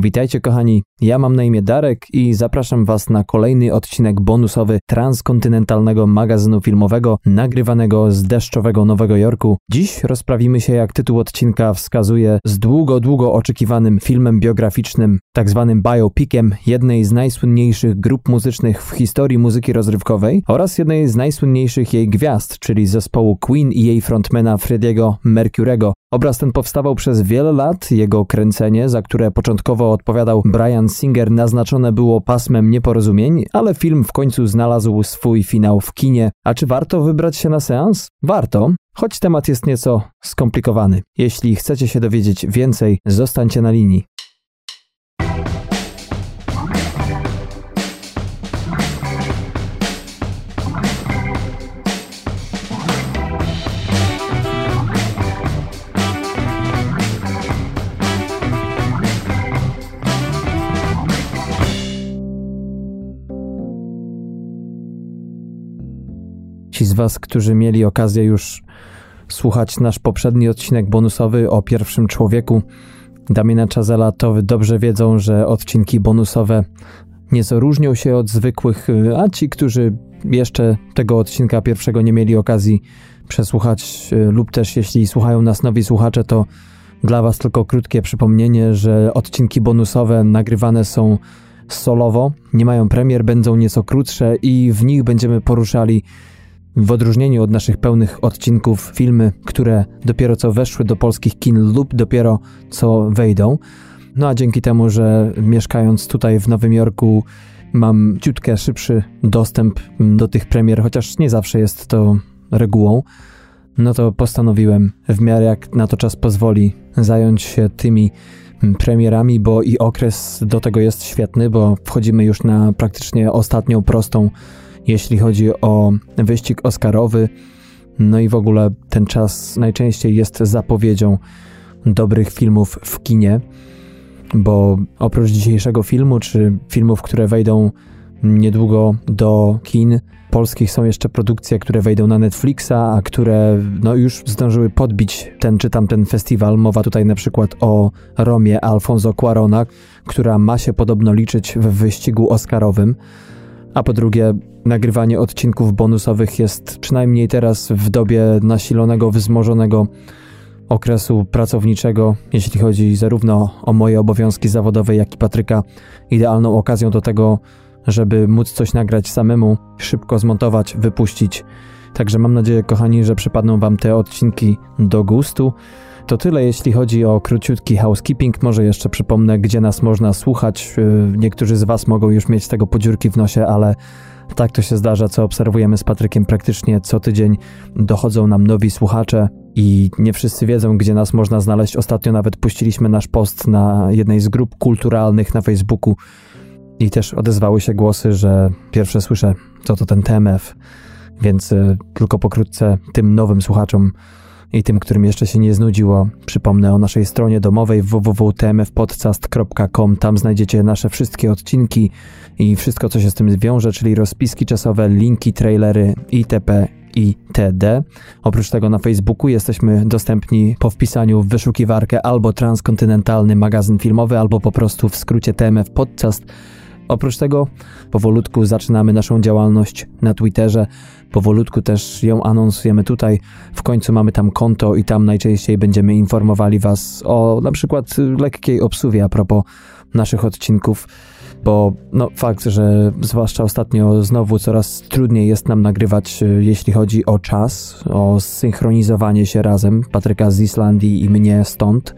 Witajcie kochani, ja mam na imię Darek i zapraszam Was na kolejny odcinek bonusowy transkontynentalnego magazynu filmowego nagrywanego z deszczowego Nowego Jorku. Dziś rozprawimy się, jak tytuł odcinka wskazuje, z długo oczekiwanym filmem biograficznym, tak zwanym biopiciem jednej z najsłynniejszych grup muzycznych w historii muzyki rozrywkowej oraz jednej z najsłynniejszych jej gwiazd, czyli zespołu Queen i jej frontmana Freddie'ego Mercury'ego. Obraz ten powstawał przez wiele lat, jego kręcenie, za które początkowo odpowiadał Bryan Singer, naznaczone było pasmem nieporozumień, ale film w końcu znalazł swój finał w kinie. A czy warto wybrać się na seans? Warto, choć temat jest nieco skomplikowany. Jeśli chcecie się dowiedzieć więcej, zostańcie na linii. Ci z Was, którzy mieli okazję już słuchać nasz poprzedni odcinek bonusowy o pierwszym człowieku Damiena Chazella, to dobrze wiedzą, że odcinki bonusowe nieco różnią się od zwykłych, a ci, którzy jeszcze tego odcinka pierwszego nie mieli okazji przesłuchać lub też jeśli słuchają nas nowi słuchacze, to dla Was tylko krótkie przypomnienie, że odcinki bonusowe nagrywane są solowo, nie mają premier, będą nieco krótsze i w nich będziemy poruszali, w odróżnieniu od naszych pełnych odcinków, filmy, które dopiero co weszły do polskich kin lub dopiero co wejdą. No a dzięki temu, że mieszkając tutaj w Nowym Jorku mam ciutkę szybszy dostęp do tych premier, chociaż nie zawsze jest to regułą, no to postanowiłem w miarę jak na to czas pozwoli zająć się tymi premierami, bo i okres do tego jest świetny, bo wchodzimy już na praktycznie ostatnią prostą, jeśli chodzi o wyścig oscarowy. No i w ogóle ten czas najczęściej jest zapowiedzią dobrych filmów w kinie, bo oprócz dzisiejszego filmu, czy filmów, które wejdą niedługo do kin polskich, są jeszcze produkcje, które wejdą na Netflixa, a które już zdążyły podbić ten czy tamten festiwal. Mowa tutaj na przykład o Romie Alfonso Cuarona, która ma się podobno liczyć w wyścigu oscarowym. A po drugie, nagrywanie odcinków bonusowych jest przynajmniej teraz w dobie nasilonego, wzmożonego okresu pracowniczego, jeśli chodzi zarówno o moje obowiązki zawodowe, jak i Patryka, idealną okazją do tego, żeby móc coś nagrać samemu, szybko zmontować, wypuścić. Także mam nadzieję, kochani, że przypadną Wam te odcinki do gustu. To tyle, jeśli chodzi o króciutki housekeeping. Może jeszcze przypomnę, gdzie nas można słuchać. Niektórzy z Was mogą już mieć z tego podziurki w nosie, ale tak to się zdarza, co obserwujemy z Patrykiem praktycznie co tydzień. Dochodzą nam nowi słuchacze i nie wszyscy wiedzą, gdzie nas można znaleźć. Ostatnio nawet puściliśmy nasz post na jednej z grup kulturalnych na Facebooku i też odezwały się głosy, że pierwsze słyszę, co to ten TMF. Więc tylko pokrótce tym nowym słuchaczom i tym, którym jeszcze się nie znudziło, przypomnę o naszej stronie domowej www.tmfpodcast.com. Tam znajdziecie nasze wszystkie odcinki i wszystko, co się z tym wiąże, czyli rozpiski czasowe, linki, trailery itp. itd. Oprócz tego na Facebooku jesteśmy dostępni po wpisaniu w wyszukiwarkę albo transkontynentalny magazyn filmowy, albo po prostu w skrócie TMF Podcast. Oprócz tego powolutku zaczynamy naszą działalność na Twitterze, powolutku też ją anonsujemy tutaj, w końcu mamy tam konto i tam najczęściej będziemy informowali Was o na przykład lekkiej obsuwie a propos naszych odcinków, bo fakt, że zwłaszcza ostatnio znowu coraz trudniej jest nam nagrywać, jeśli chodzi o czas, o synchronizowanie się razem, Patryka z Islandii i mnie stąd,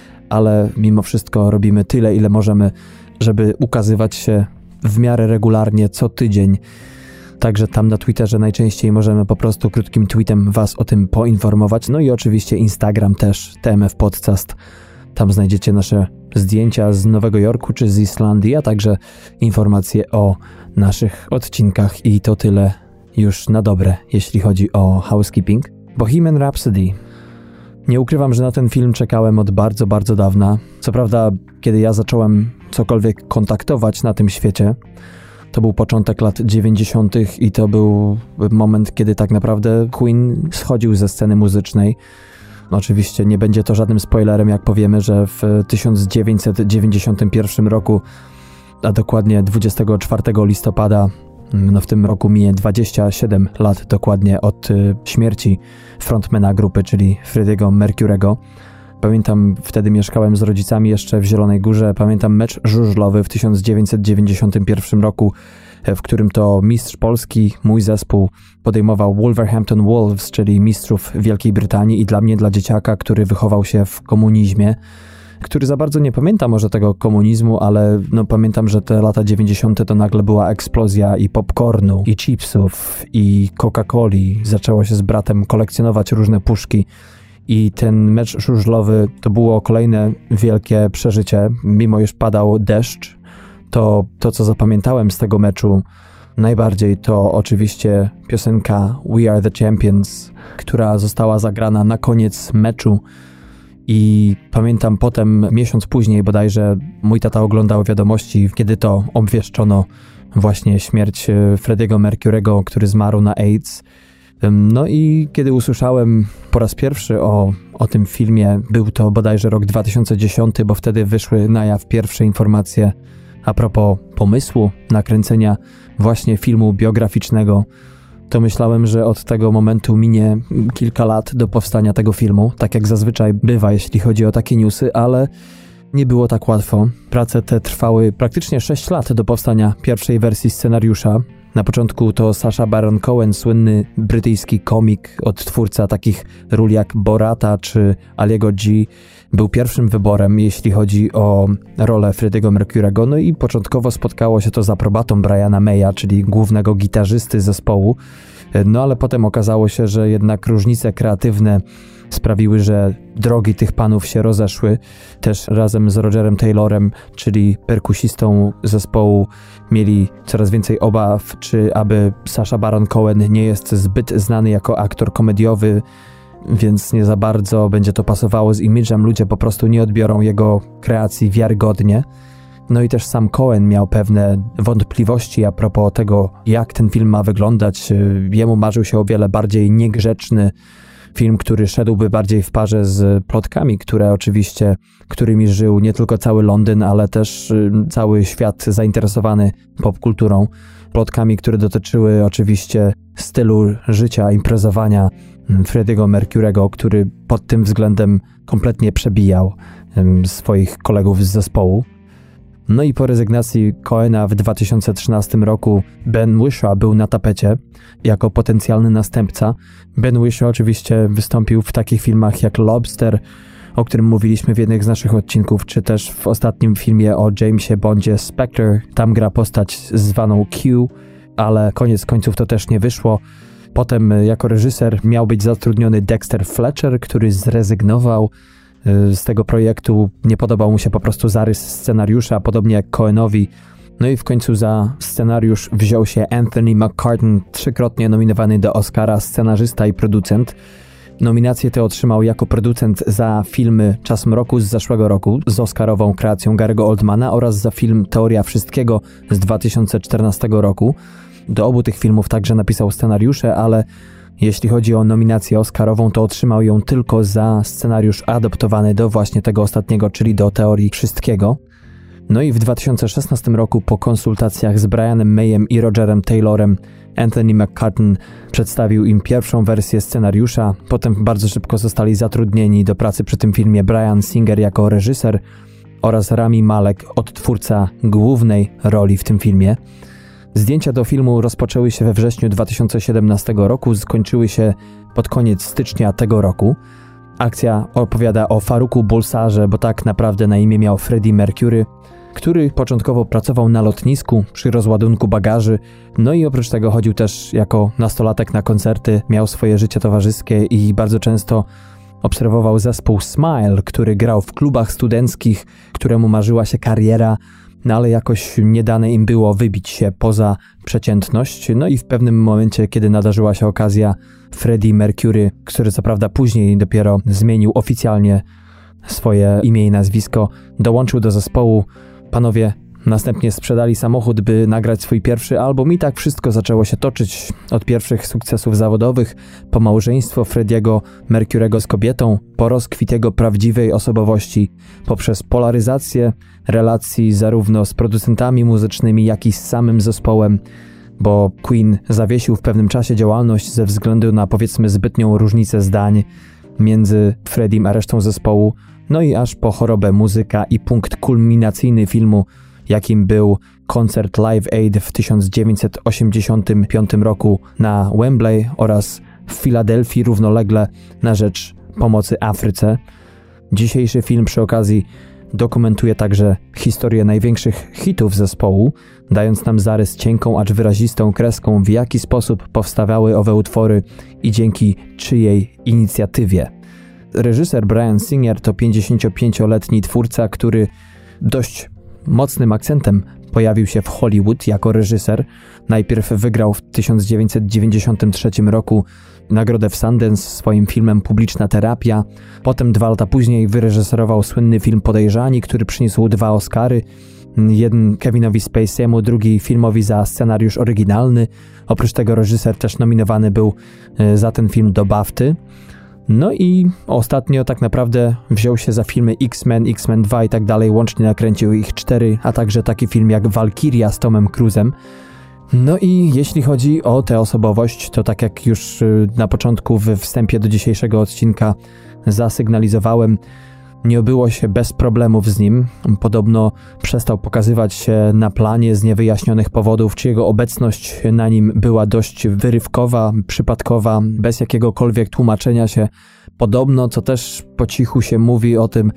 ale mimo wszystko robimy tyle, ile możemy, żeby ukazywać się w miarę regularnie co tydzień. Także tam na Twitterze najczęściej możemy po prostu krótkim tweetem Was o tym poinformować. No i oczywiście Instagram też, TMF Podcast. Tam znajdziecie nasze zdjęcia z Nowego Jorku czy z Islandii, a także informacje o naszych odcinkach. I to tyle już na dobre, jeśli chodzi o housekeeping. Bohemian Rhapsody. Nie ukrywam, że na ten film czekałem od bardzo, bardzo dawna. Co prawda, kiedy ja zacząłem cokolwiek kontaktować na tym świecie, to był początek lat 90. i to był moment, kiedy tak naprawdę Queen schodził ze sceny muzycznej. Oczywiście nie będzie to żadnym spoilerem, jak powiemy, że w 1991 roku, a dokładnie 24 listopada, w tym roku minie 27 lat dokładnie od śmierci frontmana grupy, czyli Freddie'ego Mercury'ego. Pamiętam, wtedy mieszkałem z rodzicami jeszcze w Zielonej Górze. Pamiętam mecz żużlowy w 1991 roku, w którym to mistrz Polski, mój zespół, podejmował Wolverhampton Wolves, czyli mistrzów Wielkiej Brytanii, i dla mnie, dla dzieciaka, który wychował się w komunizmie, który za bardzo nie pamięta może tego komunizmu, ale pamiętam, że te lata 90. to nagle była eksplozja i popcornu, i chipsów, i Coca-Coli. Zaczęło się z bratem kolekcjonować różne puszki. I ten mecz żużlowy to było kolejne wielkie przeżycie, mimo iż padał deszcz. To, co zapamiętałem z tego meczu najbardziej, to oczywiście piosenka We Are The Champions, która została zagrana na koniec meczu. I pamiętam potem, miesiąc później bodajże, mój tata oglądał wiadomości, kiedy to obwieszczono właśnie śmierć Freddie'ego Mercury'ego, który zmarł na AIDS. No i kiedy usłyszałem po raz pierwszy o tym filmie, był to bodajże rok 2010, bo wtedy wyszły na jaw pierwsze informacje a propos pomysłu nakręcenia właśnie filmu biograficznego, to myślałem, że od tego momentu minie kilka lat do powstania tego filmu, tak jak zazwyczaj bywa, jeśli chodzi o takie newsy, ale nie było tak łatwo. Prace te trwały praktycznie 6 lat do powstania pierwszej wersji scenariusza. Na początku to Sacha Baron Cohen, słynny brytyjski komik, odtwórca takich ról jak Borata czy Aliego G, był pierwszym wyborem, jeśli chodzi o rolę Freddie'ego Mercury'ego. No i początkowo spotkało się to z aprobatą Briana Maya, czyli głównego gitarzysty zespołu. No ale potem okazało się, że jednak różnice kreatywne sprawiły, że drogi tych panów się rozeszły. Też razem z Rogerem Taylorem, czyli perkusistą zespołu, mieli coraz więcej obaw, czy aby Sacha Baron Cohen nie jest zbyt znany jako aktor komediowy, więc nie za bardzo będzie to pasowało z imidżem. Ludzie po prostu nie odbiorą jego kreacji wiarygodnie. No i też sam Cohen miał pewne wątpliwości a propos tego, jak ten film ma wyglądać. Jemu marzył się o wiele bardziej niegrzeczny film, który szedłby bardziej w parze z plotkami, którymi żył nie tylko cały Londyn, ale też cały świat zainteresowany popkulturą. Plotkami, które dotyczyły oczywiście stylu życia, imprezowania Freddie'ego Mercury'ego, który pod tym względem kompletnie przebijał swoich kolegów z zespołu. No i po rezygnacji Cohena w 2013 roku Ben Whishaw był na tapecie jako potencjalny następca. Ben Whishaw oczywiście wystąpił w takich filmach jak Lobster, o którym mówiliśmy w jednych z naszych odcinków, czy też w ostatnim filmie o Jamesie Bondzie Spectre. Tam gra postać zwaną Q, ale koniec końców to też nie wyszło. Potem jako reżyser miał być zatrudniony Dexter Fletcher, który zrezygnował z tego projektu. Nie podobał mu się po prostu zarys scenariusza, podobnie jak Cohenowi. No i w końcu za scenariusz wziął się Anthony McCarten, 3-krotnie nominowany do Oscara, scenarzysta i producent. Nominację tę otrzymał jako producent za filmy Czas Mroku z zeszłego roku z oscarową kreacją Gary'ego Oldmana oraz za film Teoria Wszystkiego z 2014 roku. Do obu tych filmów także napisał scenariusze, ale jeśli chodzi o nominację oscarową, to otrzymał ją tylko za scenariusz adaptowany do właśnie tego ostatniego, czyli do Teorii Wszystkiego. No i w 2016 roku po konsultacjach z Brianem Mayem i Rogerem Taylorem Anthony McCarten przedstawił im pierwszą wersję scenariusza. Potem bardzo szybko zostali zatrudnieni do pracy przy tym filmie Bryan Singer jako reżyser oraz Rami Malek, odtwórca głównej roli w tym filmie. Zdjęcia do filmu rozpoczęły się we wrześniu 2017 roku, skończyły się pod koniec stycznia tego roku. Akcja opowiada o Faruku Bulsarze, bo tak naprawdę na imię miał Freddie Mercury, który początkowo pracował na lotnisku przy rozładunku bagaży, no i oprócz tego chodził też jako nastolatek na koncerty, miał swoje życie towarzyskie i bardzo często obserwował zespół Smile, który grał w klubach studenckich, któremu marzyła się kariera, no ale jakoś nie dane im było wybić się poza przeciętność. No i w pewnym momencie, kiedy nadarzyła się okazja, Freddie Mercury, który co prawda później dopiero zmienił oficjalnie swoje imię i nazwisko, dołączył do zespołu. Panowie Następnie sprzedali samochód, by nagrać swój pierwszy album i tak wszystko zaczęło się toczyć. Od pierwszych sukcesów zawodowych, po małżeństwo Freddie'ego Mercurego z kobietą, po rozkwit jego prawdziwej osobowości, poprzez polaryzację relacji zarówno z producentami muzycznymi, jak i z samym zespołem, bo Queen zawiesił w pewnym czasie działalność ze względu na, powiedzmy, zbytnią różnicę zdań między Freddiem a resztą zespołu, no i aż po chorobę muzyka i punkt kulminacyjny filmu, jakim był koncert Live Aid w 1985 roku na Wembley oraz w Filadelfii równolegle na rzecz pomocy Afryce. Dzisiejszy film przy okazji dokumentuje także historię największych hitów zespołu, dając nam zarys cienką, acz wyrazistą kreską, w jaki sposób powstawały owe utwory i dzięki czyjej inicjatywie. Reżyser Bryan Singer to 55-letni twórca, który dość mocnym akcentem pojawił się w Hollywood jako reżyser. Najpierw wygrał w 1993 roku nagrodę w Sundance swoim filmem Publiczna terapia. Potem 2 lata później wyreżyserował słynny film Podejrzani, który przyniósł 2 Oscary. Jeden Kevinowi Spacey'emu, drugi filmowi za scenariusz oryginalny. Oprócz tego reżyser też nominowany był za ten film do BAFTY. No i ostatnio tak naprawdę wziął się za filmy X-Men, X-Men 2 i tak dalej, łącznie nakręcił ich 4, a także taki film jak Valkyria z Tomem Cruise'em. No i jeśli chodzi o tę osobowość, to tak jak już na początku w wstępie do dzisiejszego odcinka zasygnalizowałem, nie obyło się bez problemów z nim. Podobno przestał pokazywać się na planie z niewyjaśnionych powodów, czy jego obecność na nim była dość wyrywkowa, przypadkowa, bez jakiegokolwiek tłumaczenia się. Podobno, co też po cichu się mówi o tym,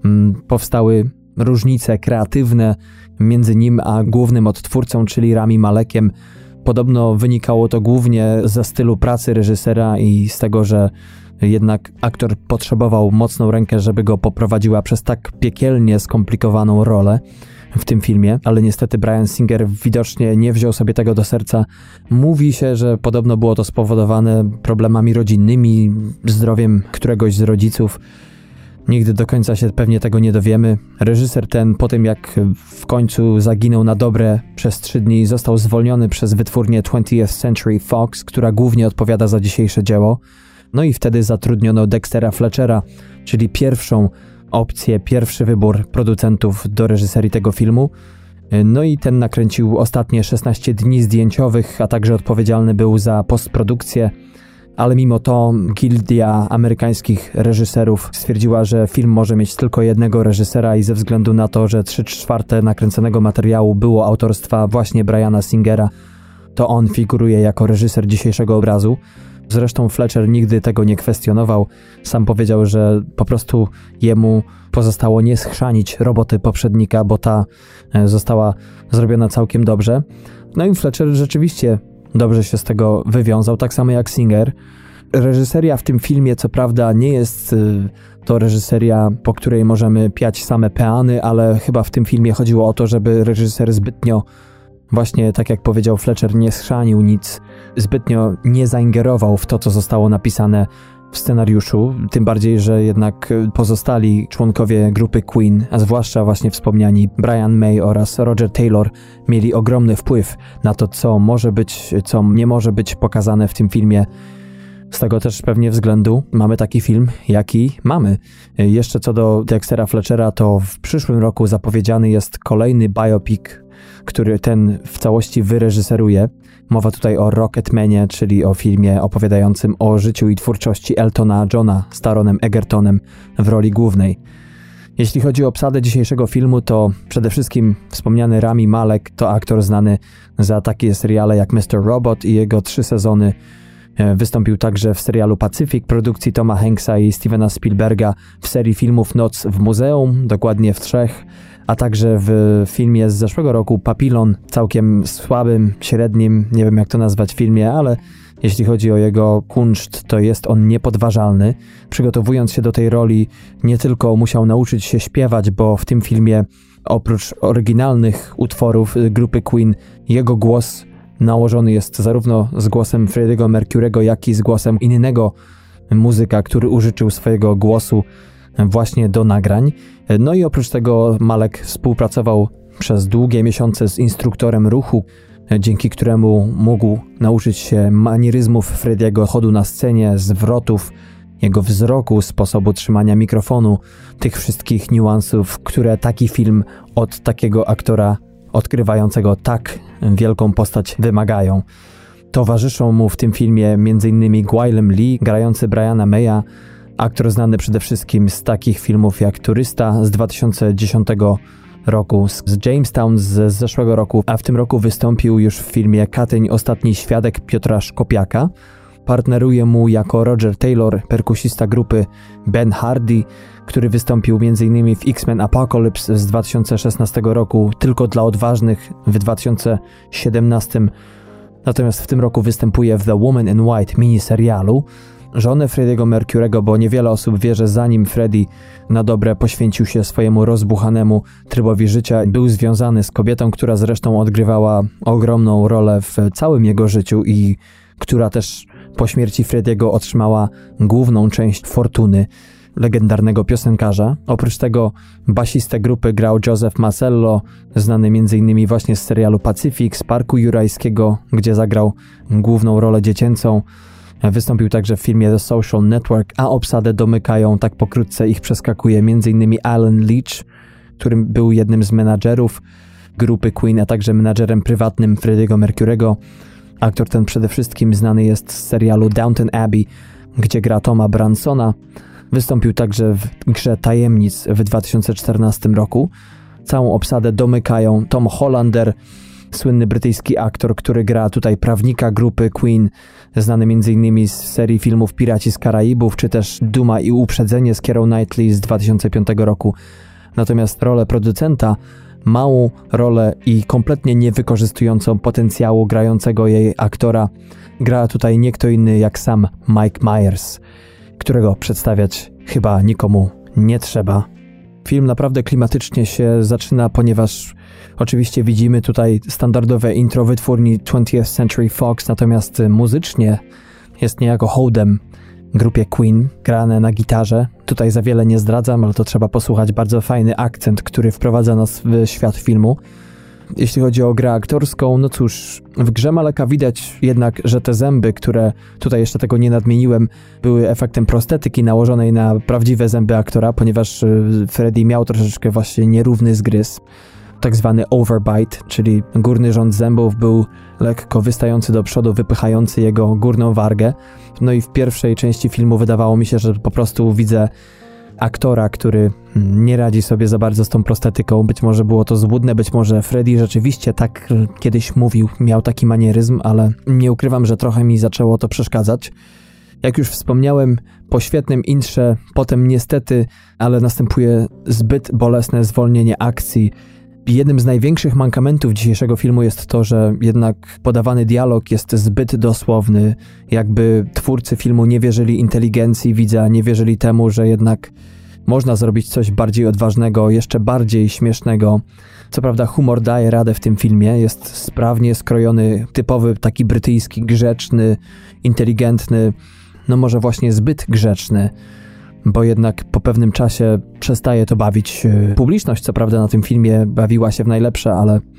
powstały różnice kreatywne między nim a głównym odtwórcą, czyli Rami Malekiem. Podobno wynikało to głównie ze stylu pracy reżysera i z tego, że jednak aktor potrzebował mocną rękę, żeby go poprowadziła przez tak piekielnie skomplikowaną rolę w tym filmie, ale niestety Bryan Singer widocznie nie wziął sobie tego do serca. Mówi się, że podobno było to spowodowane problemami rodzinnymi, zdrowiem któregoś z rodziców. Nigdy do końca się pewnie tego nie dowiemy. Reżyser ten po tym, jak w końcu zaginął na dobre przez 3 dni, został zwolniony przez wytwórnię 20th Century Fox, która głównie odpowiada za dzisiejsze dzieło. No i wtedy zatrudniono Dextera Fletchera, czyli pierwszą opcję, pierwszy wybór producentów do reżyserii tego filmu. No i ten nakręcił ostatnie 16 dni zdjęciowych, a także odpowiedzialny był za postprodukcję. Ale mimo to Gildia amerykańskich reżyserów stwierdziła, że film może mieć tylko jednego reżysera i ze względu na to, że 3/4 nakręconego materiału było autorstwa właśnie Bryana Singera, to on figuruje jako reżyser dzisiejszego obrazu. Zresztą Fletcher nigdy tego nie kwestionował. Sam powiedział, że po prostu jemu pozostało nie schrzanić roboty poprzednika, bo ta została zrobiona całkiem dobrze. No i Fletcher rzeczywiście dobrze się z tego wywiązał, tak samo jak Singer. Reżyseria w tym filmie, co prawda, nie jest to reżyseria, po której możemy piać same peany, ale chyba w tym filmie chodziło o to, żeby reżyser zbytnio, właśnie tak jak powiedział Fletcher, nie schrzanił nic, zbytnio nie zaingerował w to, co zostało napisane w scenariuszu, tym bardziej, że jednak pozostali członkowie grupy Queen, a zwłaszcza właśnie wspomniani Brian May oraz Roger Taylor, mieli ogromny wpływ na to, co może być, co nie może być pokazane w tym filmie. Z tego też pewnie względu mamy taki film, jaki mamy. Jeszcze co do Dextera Fletchera, to w przyszłym roku zapowiedziany jest kolejny biopic, który ten w całości wyreżyseruje. Mowa tutaj o Rocketmanie, czyli o filmie opowiadającym o życiu i twórczości Eltona Johna z Taronem Egertonem w roli głównej. Jeśli chodzi o obsadę dzisiejszego filmu, to przede wszystkim wspomniany Rami Malek to aktor znany za takie seriale jak Mr. Robot i jego 3 sezony. Wystąpił także w serialu Pacyfik produkcji Toma Hanksa i Stevena Spielberga, w serii filmów Noc w muzeum, dokładnie w 3, a także w filmie z zeszłego roku Papillon, całkiem słabym, średnim, nie wiem jak to nazwać filmie, ale jeśli chodzi o jego kunszt, to jest on niepodważalny. Przygotowując się do tej roli, nie tylko musiał nauczyć się śpiewać, bo w tym filmie oprócz oryginalnych utworów grupy Queen, jego głos nałożony jest zarówno z głosem Freddie'ego Mercurego, jak i z głosem innego muzyka, który użyczył swojego głosu właśnie do nagrań. No i oprócz tego Malek współpracował przez długie miesiące z instruktorem ruchu, dzięki któremu mógł nauczyć się manieryzmów Frediego, chodu na scenie, zwrotów, jego wzroku, sposobu trzymania mikrofonu, tych wszystkich niuansów, które taki film od takiego aktora odkrywającego tak wielką postać wymagają. Towarzyszą mu w tym filmie m.in. Gwilym Lee, grający Briana Maya, aktor znany przede wszystkim z takich filmów jak Turysta z 2010 roku, z Jamestown z zeszłego roku, a w tym roku wystąpił już w filmie Katyń, Ostatni Świadek Piotra Szkopiaka. Partneruje mu jako Roger Taylor, perkusista grupy Ben Hardy, który wystąpił m.in. w X-Men Apocalypse z 2016 roku, Tylko dla odważnych w 2017. Natomiast w tym roku występuje w The Woman in White miniserialu. Żonę Frediego Mercurego, bo niewiele osób wie, że zanim Freddie na dobre poświęcił się swojemu rozbuchanemu trybowi życia, był związany z kobietą, która zresztą odgrywała ogromną rolę w całym jego życiu i która też po śmierci Frediego otrzymała główną część fortuny legendarnego piosenkarza. Oprócz tego basistę grupy grał Joseph Masello, znany m.in. właśnie z serialu Pacyfik, z Parku Jurajskiego, gdzie zagrał główną rolę dziecięcą. Wystąpił także w filmie The Social Network, a obsadę domykają, tak pokrótce ich przeskakuje, m.in. Alan Leach, którym był jednym z menadżerów grupy Queen, a także menadżerem prywatnym Frediego Mercurego. Aktor ten przede wszystkim znany jest z serialu Downton Abbey, gdzie gra Toma Bransona. Wystąpił także w grze Tajemnic w 2014 roku. Całą obsadę domykają Tom Hollander, słynny brytyjski aktor, który gra tutaj prawnika grupy Queen, znany m.in. z serii filmów Piraci z Karaibów, czy też Duma i Uprzedzenie z Keirą Knightley z 2005 roku. Natomiast rolę producenta, małą rolę i kompletnie niewykorzystującą potencjału grającego jej aktora, gra tutaj nie kto inny jak sam Mike Myers, którego przedstawiać chyba nikomu nie trzeba. Film naprawdę klimatycznie się zaczyna, ponieważ oczywiście widzimy tutaj standardowe intro wytwórni 20th Century Fox, natomiast muzycznie jest niejako hołdem grupie Queen, grane na gitarze. Tutaj za wiele nie zdradzam, ale to trzeba posłuchać. Bardzo fajny akcent, który wprowadza nas w świat filmu. Jeśli chodzi o grę aktorską, no cóż, w grze Maleka widać jednak, że te zęby, które tutaj jeszcze tego nie nadmieniłem, były efektem prostetyki nałożonej na prawdziwe zęby aktora, ponieważ Freddie miał troszeczkę właśnie nierówny zgryz. Tak zwany overbite, czyli górny rząd zębów był lekko wystający do przodu, wypychający jego górną wargę. No i w pierwszej części filmu wydawało mi się, że po prostu widzę aktora, który nie radzi sobie za bardzo z tą prostetyką. Być może było to złudne, być może Freddie rzeczywiście tak kiedyś mówił, miał taki manieryzm, ale nie ukrywam, że trochę mi zaczęło to przeszkadzać. Jak już wspomniałem, po świetnym intrze, potem niestety, ale następuje zbyt bolesne zwolnienie akcji. Jednym z największych mankamentów dzisiejszego filmu jest to, że jednak podawany dialog jest zbyt dosłowny. Jakby twórcy filmu nie wierzyli inteligencji widza, nie wierzyli temu, że jednak można zrobić coś bardziej odważnego, jeszcze bardziej śmiesznego. Co prawda humor daje radę w tym filmie, jest sprawnie skrojony, typowy taki brytyjski, grzeczny, inteligentny, no może właśnie zbyt grzeczny, bo jednak po pewnym czasie przestaje to bawić publiczność. Co prawda na tym filmie bawiła się w najlepsze,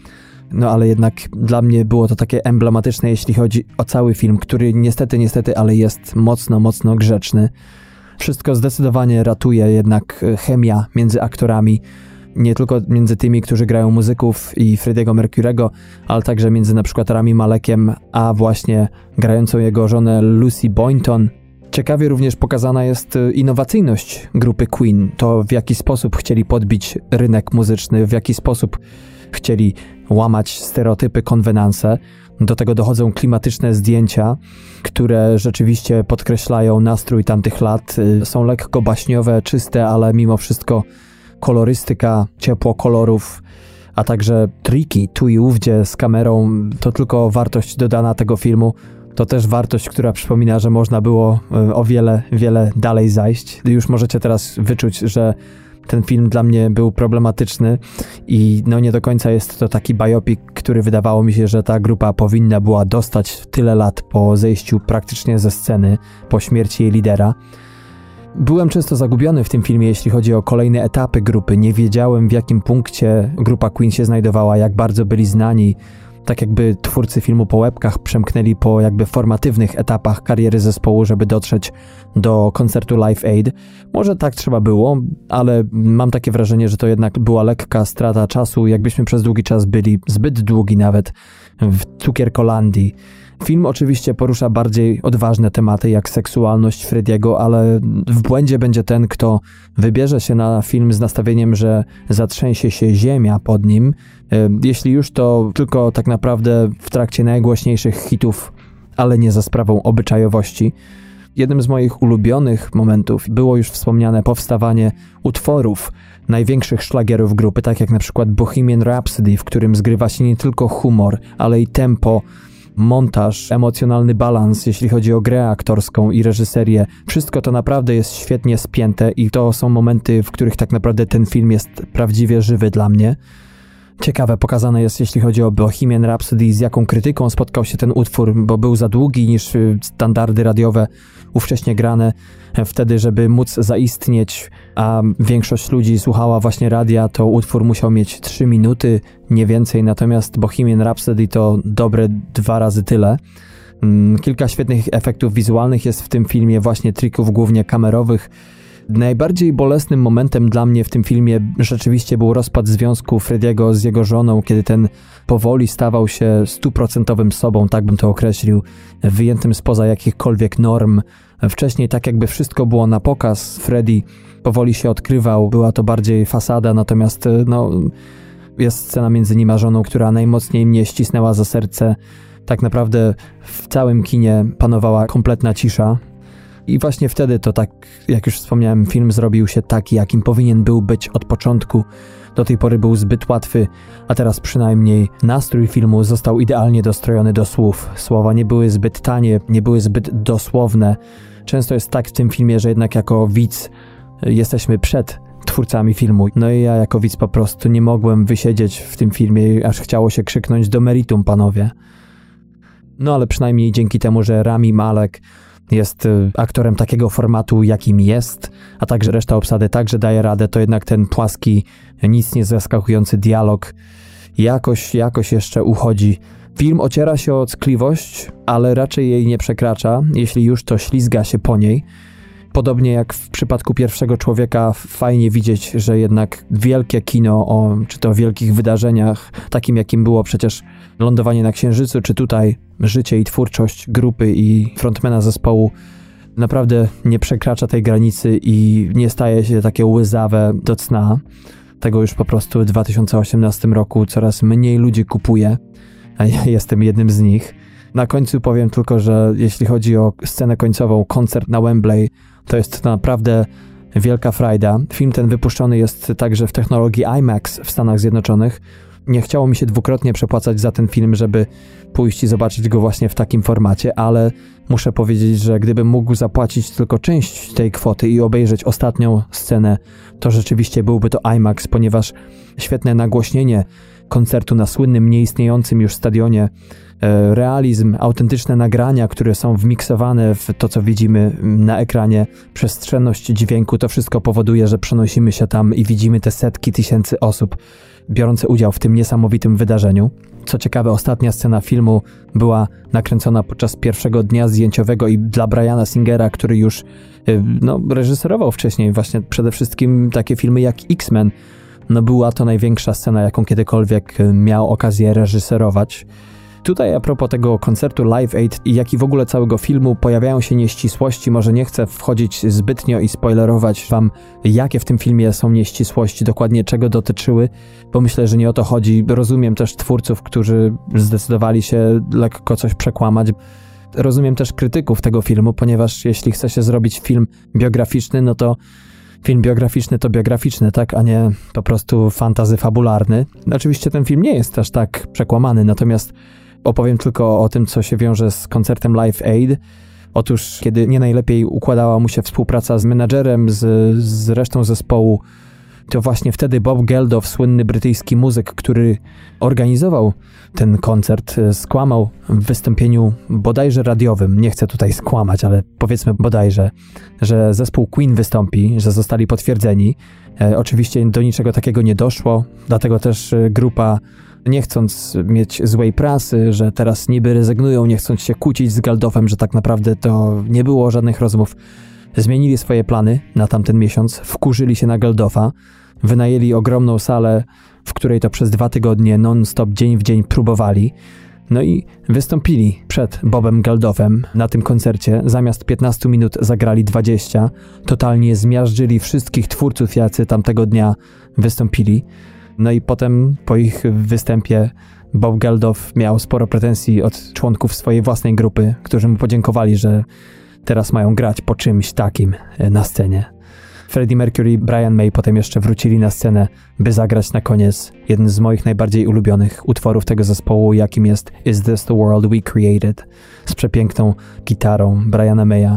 ale jednak dla mnie było to takie emblematyczne, jeśli chodzi o cały film, który niestety, ale jest mocno grzeczny. Wszystko zdecydowanie ratuje jednak chemia między aktorami, nie tylko między tymi, którzy grają muzyków i Frediego Mercurego, ale także między na przykład Rami Malekiem, a właśnie grającą jego żonę Lucy Boynton. Ciekawie również pokazana jest innowacyjność grupy Queen, to w jaki sposób chcieli podbić rynek muzyczny, w jaki sposób chcieli łamać stereotypy, konwenanse. Do tego dochodzą klimatyczne zdjęcia, które rzeczywiście podkreślają nastrój tamtych lat. Są lekko baśniowe, czyste, ale mimo wszystko kolorystyka, ciepło kolorów, a także triki tu i ówdzie z kamerą, to tylko wartość dodana tego filmu. To też wartość, która przypomina, że można było o wiele dalej zajść. Już możecie teraz wyczuć, że ten film dla mnie był problematyczny i no nie do końca jest to taki biopic, który wydawało mi się, że ta grupa powinna była dostać tyle lat po zejściu praktycznie ze sceny, po śmierci jej lidera. Byłem często zagubiony w tym filmie, jeśli chodzi o kolejne etapy grupy. Nie wiedziałem, w jakim punkcie grupa Queen się znajdowała, jak bardzo byli znani. Tak jakby twórcy filmu po łebkach przemknęli po jakby formatywnych etapach kariery zespołu, żeby dotrzeć do koncertu Live Aid. Może tak trzeba było, ale mam takie wrażenie, że to jednak była lekka strata czasu, jakbyśmy przez długi czas byli, zbyt długi nawet, w Cukierkolandii. Film oczywiście porusza bardziej odważne tematy, jak seksualność Frediego, ale w błędzie będzie ten, kto wybierze się na film z nastawieniem, że zatrzęsie się ziemia pod nim. Jeśli już, to tylko tak naprawdę w trakcie najgłośniejszych hitów, ale nie za sprawą obyczajowości. Jednym z moich ulubionych momentów było już wspomniane powstawanie utworów największych szlagierów grupy, tak jak na przykład Bohemian Rhapsody, w którym zgrywa się nie tylko humor, ale i tempo, montaż, emocjonalny balans, jeśli chodzi o grę aktorską i reżyserię. Wszystko to naprawdę jest świetnie spięte i to są momenty, w których tak naprawdę ten film jest prawdziwie żywy dla mnie. Ciekawe pokazane jest, jeśli chodzi o Bohemian Rhapsody, z jaką krytyką spotkał się ten utwór, bo był za długi niż standardy radiowe ówcześnie grane. Wtedy, żeby móc zaistnieć, a większość ludzi słuchała właśnie radia, to utwór musiał mieć 3 minuty, nie więcej, natomiast Bohemian Rhapsody to dobre 2 razy tyle. Kilka świetnych efektów wizualnych jest w tym filmie, właśnie trików głównie kamerowych. Najbardziej bolesnym momentem dla mnie w tym filmie rzeczywiście był rozpad związku Frediego z jego żoną, kiedy ten powoli stawał się 100% sobą, tak bym to określił, wyjętym spoza jakichkolwiek norm. Wcześniej tak jakby wszystko było na pokaz, Freddie powoli się odkrywał, była to bardziej fasada, natomiast jest scena między nim a żoną, która najmocniej mnie ścisnęła za serce. Tak naprawdę w całym kinie panowała kompletna cisza. I właśnie wtedy to tak, jak już wspomniałem, film zrobił się taki, jakim powinien był być od początku. Do tej pory był zbyt łatwy, a teraz przynajmniej nastrój filmu został idealnie dostrojony do słów. Słowa nie były zbyt tanie, nie były zbyt dosłowne. Często jest tak w tym filmie, że jednak jako widz jesteśmy przed twórcami filmu. No i ja jako widz po prostu nie mogłem wysiedzieć w tym filmie, aż chciało się krzyknąć do meritum, panowie. No ale przynajmniej dzięki temu, że Rami Malek jest aktorem takiego formatu, jakim jest, a także reszta obsady także daje radę, to jednak ten płaski, nic nie zaskakujący dialog jakoś jeszcze uchodzi. Film ociera się o ckliwość, ale raczej jej nie przekracza, jeśli już, to ślizga się po niej. Podobnie jak w przypadku Pierwszego Człowieka, fajnie widzieć, że jednak wielkie kino czy to wielkich wydarzeniach, takim jakim było przecież lądowanie na Księżycu, czy tutaj życie i twórczość grupy i frontmana zespołu, naprawdę nie przekracza tej granicy i nie staje się takie łzawe do cna. Tego już po prostu w 2018 roku coraz mniej ludzi kupuje, a ja jestem jednym z nich. Na końcu powiem tylko, że jeśli chodzi o scenę końcową, koncert na Wembley, to jest naprawdę wielka frajda. Film ten wypuszczony jest także w technologii IMAX w Stanach Zjednoczonych. Nie chciało mi się dwukrotnie przepłacać za ten film, żeby pójść i zobaczyć go właśnie w takim formacie, ale muszę powiedzieć, że gdybym mógł zapłacić tylko część tej kwoty i obejrzeć ostatnią scenę, to rzeczywiście byłby to IMAX, ponieważ świetne nagłośnienie koncertu na słynnym, nieistniejącym już stadionie, realizm, autentyczne nagrania, które są wmiksowane w to, co widzimy na ekranie, przestrzenność dźwięku, to wszystko powoduje, że przenosimy się tam i widzimy te setki tysięcy osób biorące udział w tym niesamowitym wydarzeniu. Co ciekawe, ostatnia scena filmu była nakręcona podczas pierwszego dnia zdjęciowego i dla Briana Singera, który już reżyserował wcześniej właśnie przede wszystkim takie filmy jak X-Men. Była to największa scena, jaką kiedykolwiek miał okazję reżyserować. Tutaj a propos tego koncertu Live Aid, jak i w ogóle całego filmu, pojawiają się nieścisłości. Może nie chcę wchodzić zbytnio i spoilerować wam, jakie w tym filmie są nieścisłości, dokładnie czego dotyczyły, bo myślę, że nie o to chodzi. Rozumiem też twórców, którzy zdecydowali się lekko coś przekłamać. Rozumiem też krytyków tego filmu, ponieważ jeśli chce się zrobić film biograficzny, no to film biograficzny to biograficzny, tak, a nie po prostu fantasy fabularny. Oczywiście ten film nie jest aż tak przekłamany, natomiast opowiem tylko o tym, co się wiąże z koncertem Live Aid. Otóż, kiedy nie najlepiej układała mu się współpraca z menadżerem, z resztą zespołu, To właśnie wtedy Bob Geldof, słynny brytyjski muzyk, który organizował ten koncert, skłamał w wystąpieniu bodajże radiowym, nie chcę tutaj skłamać, ale powiedzmy bodajże, że zespół Queen wystąpi, że zostali potwierdzeni. Oczywiście do niczego takiego nie doszło, dlatego też grupa, nie chcąc mieć złej prasy, że teraz niby rezygnują, nie chcąc się kłócić z Geldofem, że tak naprawdę to nie było żadnych rozmów, zmienili swoje plany na tamten miesiąc, wkurzyli się na Geldofa, wynajęli ogromną salę, w której to przez 2 tygodnie non-stop, dzień w dzień próbowali. No i wystąpili przed Bobem Geldofem na tym koncercie. Zamiast 15 minut zagrali 20. Totalnie zmiażdżyli wszystkich twórców, jacy tamtego dnia wystąpili. No i potem po ich występie Bob Geldof miał sporo pretensji od członków swojej własnej grupy, którzy mu podziękowali, że teraz mają grać po czymś takim na scenie. Freddie Mercury i Brian May potem jeszcze wrócili na scenę, by zagrać na koniec jeden z moich najbardziej ulubionych utworów tego zespołu, jakim jest Is This the World We Created, z przepiękną gitarą Briana Maya.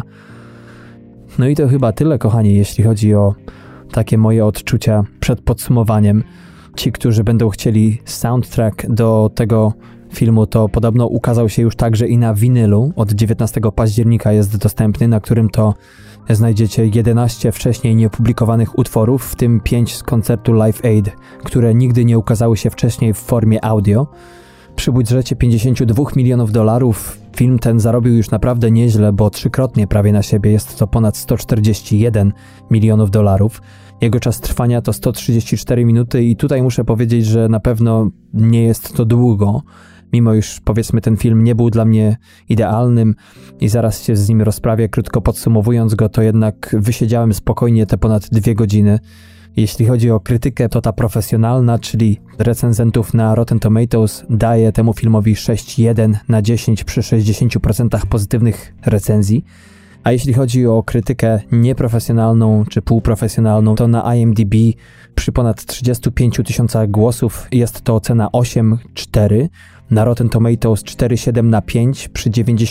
No i to chyba tyle, kochani, jeśli chodzi o takie moje odczucia przed podsumowaniem. Ci, którzy będą chcieli soundtrack do tego filmu, to podobno ukazał się już także i na winylu. Od 19 października jest dostępny, na którym to znajdziecie 11 wcześniej nieopublikowanych utworów, w tym 5 z koncertu Live Aid, które nigdy nie ukazały się wcześniej w formie audio. Przy budżecie $52 milionów film ten zarobił już naprawdę nieźle, bo 3-krotnie prawie na siebie, jest to ponad $141 milionów. Jego czas trwania to 134 minuty i tutaj muszę powiedzieć, że na pewno nie jest to długo, mimo iż powiedzmy ten film nie był dla mnie idealnym i zaraz się z nim rozprawię. Krótko podsumowując go, to jednak wysiedziałem spokojnie te ponad 2 godziny. Jeśli chodzi o krytykę, to ta profesjonalna, czyli recenzentów na Rotten Tomatoes, daje temu filmowi 6,1 na 10 przy 60% pozytywnych recenzji. A jeśli chodzi o krytykę nieprofesjonalną czy półprofesjonalną, to na IMDb przy ponad 35 000 głosów jest to ocena 8,4, na Rotten Tomatoes 4,7 na 5 przy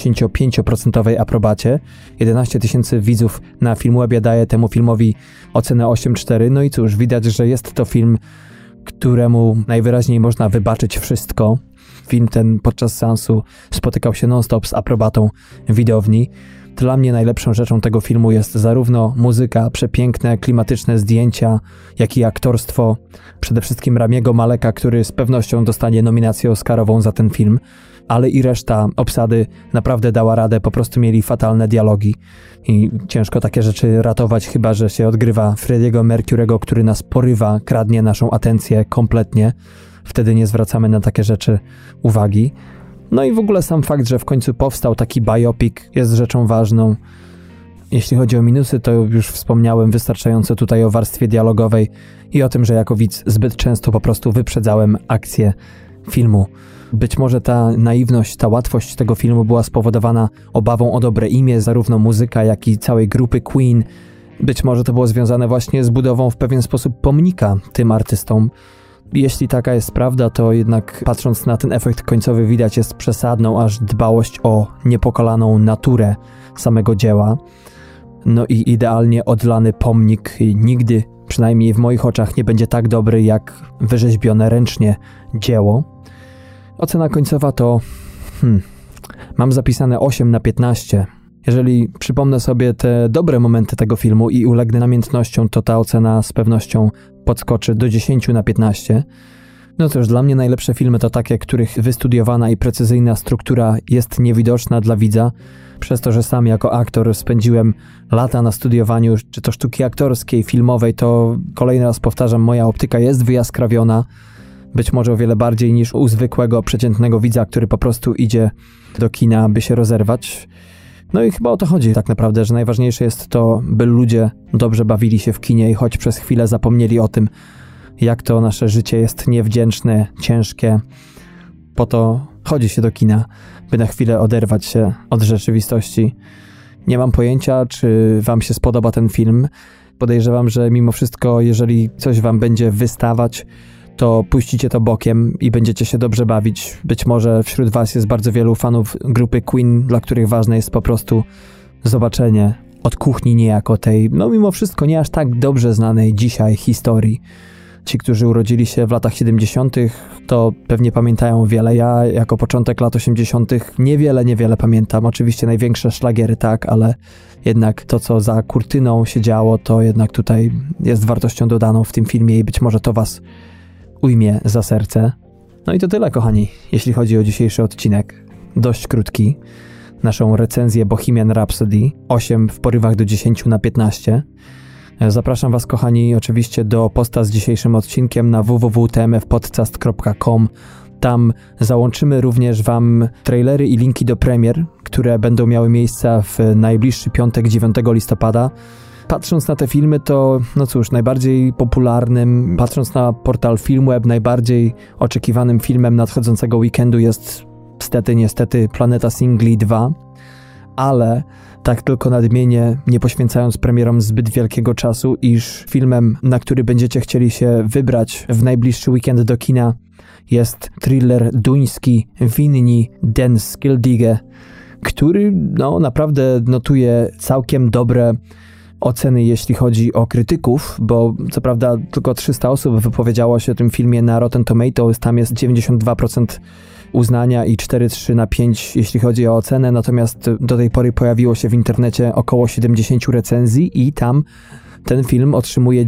95% aprobacie. 11 000 widzów na Filmwebie daje temu filmowi ocenę 8,4. No i cóż, widać, że jest to film, któremu najwyraźniej można wybaczyć wszystko. Film ten podczas seansu spotykał się non-stop z aprobatą widowni. Dla mnie najlepszą rzeczą tego filmu jest zarówno muzyka, przepiękne, klimatyczne zdjęcia, jak i aktorstwo. Przede wszystkim Ramiego Maleka, który z pewnością dostanie nominację Oscarową za ten film, ale i reszta obsady naprawdę dała radę, po prostu mieli fatalne dialogi i ciężko takie rzeczy ratować, chyba że się odgrywa Freddie'ego Mercury'ego, który nas porywa, kradnie naszą atencję kompletnie. Wtedy nie zwracamy na takie rzeczy uwagi. No i w ogóle sam fakt, że w końcu powstał taki biopic, jest rzeczą ważną. Jeśli chodzi o minusy, to już wspomniałem wystarczająco tutaj o warstwie dialogowej i o tym, że jako widz zbyt często po prostu wyprzedzałem akcję filmu. Być może ta naiwność, ta łatwość tego filmu była spowodowana obawą o dobre imię, zarówno muzyka, jak i całej grupy Queen. Być może to było związane właśnie z budową w pewien sposób pomnika tym artystom. Jeśli taka jest prawda, to jednak patrząc na ten efekt końcowy widać jest przesadną aż dbałość o niepokalaną naturę samego dzieła. No i idealnie odlany pomnik nigdy, przynajmniej w moich oczach, nie będzie tak dobry jak wyrzeźbione ręcznie dzieło. Ocena końcowa to mam zapisane 8 na 15. Jeżeli przypomnę sobie te dobre momenty tego filmu i ulegnę namiętnościom, to ta ocena z pewnością podskoczy do 10 na 15. No cóż, dla mnie najlepsze filmy to takie, których wystudiowana i precyzyjna struktura jest niewidoczna dla widza. Przez to, że sam jako aktor spędziłem lata na studiowaniu, czy to sztuki aktorskiej, filmowej, to kolejny raz powtarzam, moja optyka jest wyjaskrawiona. Być może o wiele bardziej niż u zwykłego, przeciętnego widza, który po prostu idzie do kina, by się rozerwać. No i chyba o to chodzi tak naprawdę, że najważniejsze jest to, by ludzie dobrze bawili się w kinie i choć przez chwilę zapomnieli o tym, jak to nasze życie jest niewdzięczne, ciężkie. Po to chodzi się do kina, by na chwilę oderwać się od rzeczywistości. Nie mam pojęcia, czy wam się spodoba ten film. Podejrzewam, że mimo wszystko, jeżeli coś wam będzie wystawać, to puścicie to bokiem i będziecie się dobrze bawić. Być może wśród was jest bardzo wielu fanów grupy Queen, dla których ważne jest po prostu zobaczenie od kuchni niejako tej, no mimo wszystko nie aż tak dobrze znanej dzisiaj historii. Ci, którzy urodzili się w latach 70., to pewnie pamiętają wiele. Ja jako początek lat 80. niewiele pamiętam. Oczywiście największe szlagiery, tak, ale jednak to, co za kurtyną się działo, to jednak tutaj jest wartością dodaną w tym filmie i być może to was ujmie za serce. No i to tyle, kochani, jeśli chodzi o dzisiejszy odcinek. Dość krótki. Naszą recenzję Bohemian Rhapsody. 8 w porywach do 10 na 15. Zapraszam was, kochani, oczywiście do posta z dzisiejszym odcinkiem na www.tmfpodcast.com. Tam załączymy również wam trailery i linki do premier, które będą miały miejsce w najbliższy piątek, 9 listopada. Patrząc na te filmy, to no cóż, najbardziej popularnym, patrząc na portal Filmweb, najbardziej oczekiwanym filmem nadchodzącego weekendu jest niestety Planeta Singli 2, ale tak tylko nadmienię, nie poświęcając premierom zbyt wielkiego czasu, iż filmem, na który będziecie chcieli się wybrać w najbliższy weekend do kina, jest thriller duński Winni den skyldige, który no naprawdę notuje całkiem dobre oceny, jeśli chodzi o krytyków, bo co prawda tylko 300 osób wypowiedziało się o tym filmie na Rotten Tomatoes, tam jest 92% uznania i 4,3 na 5, jeśli chodzi o ocenę, natomiast do tej pory pojawiło się w internecie około 70 recenzji i tam ten film otrzymuje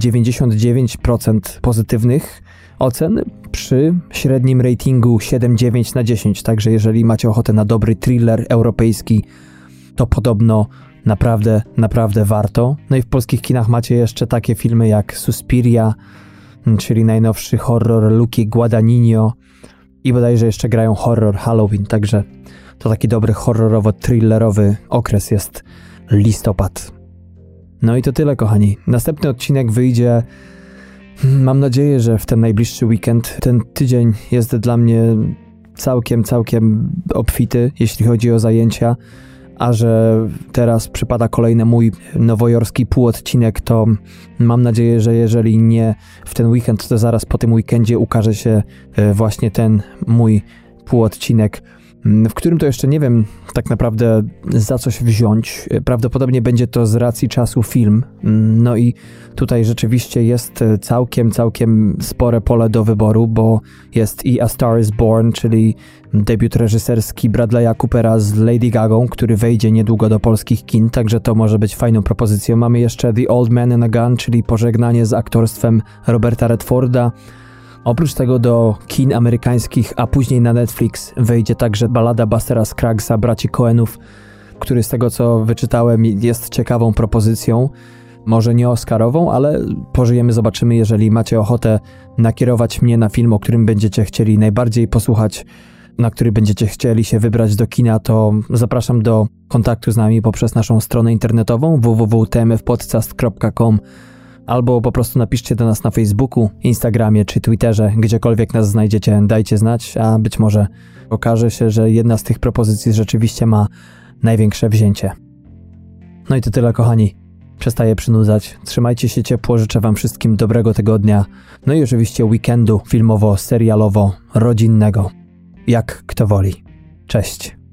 99% pozytywnych ocen przy średnim ratingu 7,9 na 10, także jeżeli macie ochotę na dobry thriller europejski, to podobno naprawdę warto. No i w polskich kinach macie jeszcze takie filmy jak Suspiria, czyli najnowszy horror Luki Guadagnino i bodajże jeszcze grają horror Halloween, także to taki dobry horrorowo-thrillerowy okres jest listopad. No i to tyle, kochani. Następny odcinek wyjdzie, mam nadzieję, że w ten najbliższy weekend. Ten tydzień jest dla mnie całkiem obfity, jeśli chodzi o zajęcia, a że teraz przypada kolejny mój nowojorski półodcinek, to mam nadzieję, że jeżeli nie w ten weekend, to zaraz po tym weekendzie ukaże się właśnie ten mój półodcinek, w którym to jeszcze nie wiem tak naprawdę za coś wziąć. Prawdopodobnie będzie to z racji czasu film. No i tutaj rzeczywiście jest całkiem spore pole do wyboru, bo jest i A Star is Born, czyli debiut reżyserski Bradley'a Coopera z Lady Gagą, który wejdzie niedługo do polskich kin, także to może być fajną propozycją. Mamy jeszcze The Old Man and a Gun, czyli pożegnanie z aktorstwem Roberta Redforda. Oprócz tego do kin amerykańskich, a później na Netflix wejdzie także balada Bustera Scruggsa, braci Coenów, który z tego co wyczytałem jest ciekawą propozycją. Może nie oscarową, ale pożyjemy, zobaczymy. Jeżeli macie ochotę nakierować mnie na film, o którym będziecie chcieli najbardziej posłuchać, na który będziecie chcieli się wybrać do kina, to zapraszam do kontaktu z nami poprzez naszą stronę internetową www.tmfpodcast.com albo po prostu napiszcie do nas na Facebooku, Instagramie czy Twitterze, gdziekolwiek nas znajdziecie, dajcie znać, a być może okaże się, że jedna z tych propozycji rzeczywiście ma największe wzięcie. No i to tyle, kochani. Przestaję przynudzać. Trzymajcie się ciepło, życzę wam wszystkim dobrego tygodnia, no i oczywiście weekendu filmowo-serialowo-rodzinnego. Jak kto woli. Cześć.